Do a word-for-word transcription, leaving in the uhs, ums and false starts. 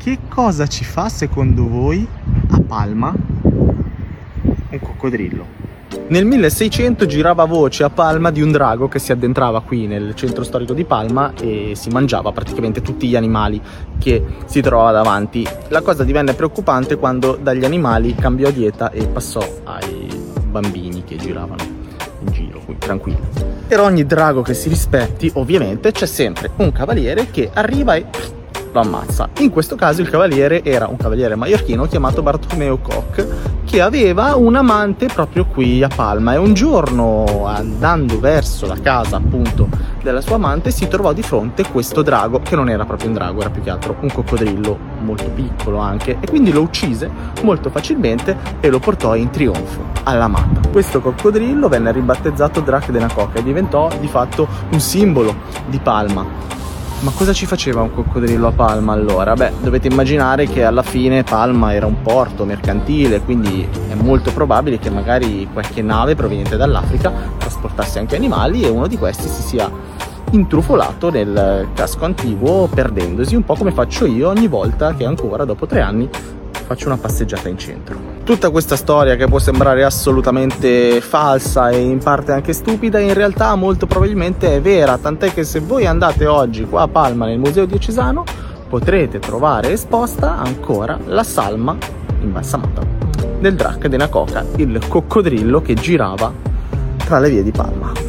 Che cosa ci fa secondo voi a Palma un coccodrillo? Nel milleseicento girava voce a Palma di un drago che si addentrava qui nel centro storico di Palma e si mangiava praticamente tutti gli animali che si trovava davanti. La cosa divenne preoccupante quando dagli animali cambiò dieta e passò ai bambini che giravano in giro, qui, tranquilli. Per ogni drago che si rispetti, ovviamente, c'è sempre un cavaliere che arriva e lo ammazza. In questo caso il cavaliere era un cavaliere maiorchino chiamato Bartolomeo Koch, che aveva un amante proprio qui a Palma, e un giorno, andando verso la casa appunto della sua amante, si trovò di fronte questo drago, che non era proprio un drago, era più che altro un coccodrillo molto piccolo anche, e quindi lo uccise molto facilmente e lo portò in trionfo all'amata. Questo coccodrillo venne ribattezzato Drac de na Coca e diventò di fatto un simbolo di Palma. Ma cosa ci faceva un coccodrillo a Palma allora? Beh, dovete immaginare che alla fine Palma era un porto mercantile, quindi è molto probabile che magari qualche nave proveniente dall'Africa trasportasse anche animali e uno di questi si sia intrufolato nel casco antiguo, perdendosi, un po' come faccio io ogni volta che ancora dopo tre anni faccio una passeggiata in centro. Tutta questa storia, che può sembrare assolutamente falsa e in parte anche stupida, in realtà molto probabilmente è vera, tant'è che se voi andate oggi qua a Palma nel Museo Diocesano potrete trovare esposta ancora la salma imbalsamata del Drac de na Coca, il coccodrillo che girava tra le vie di Palma.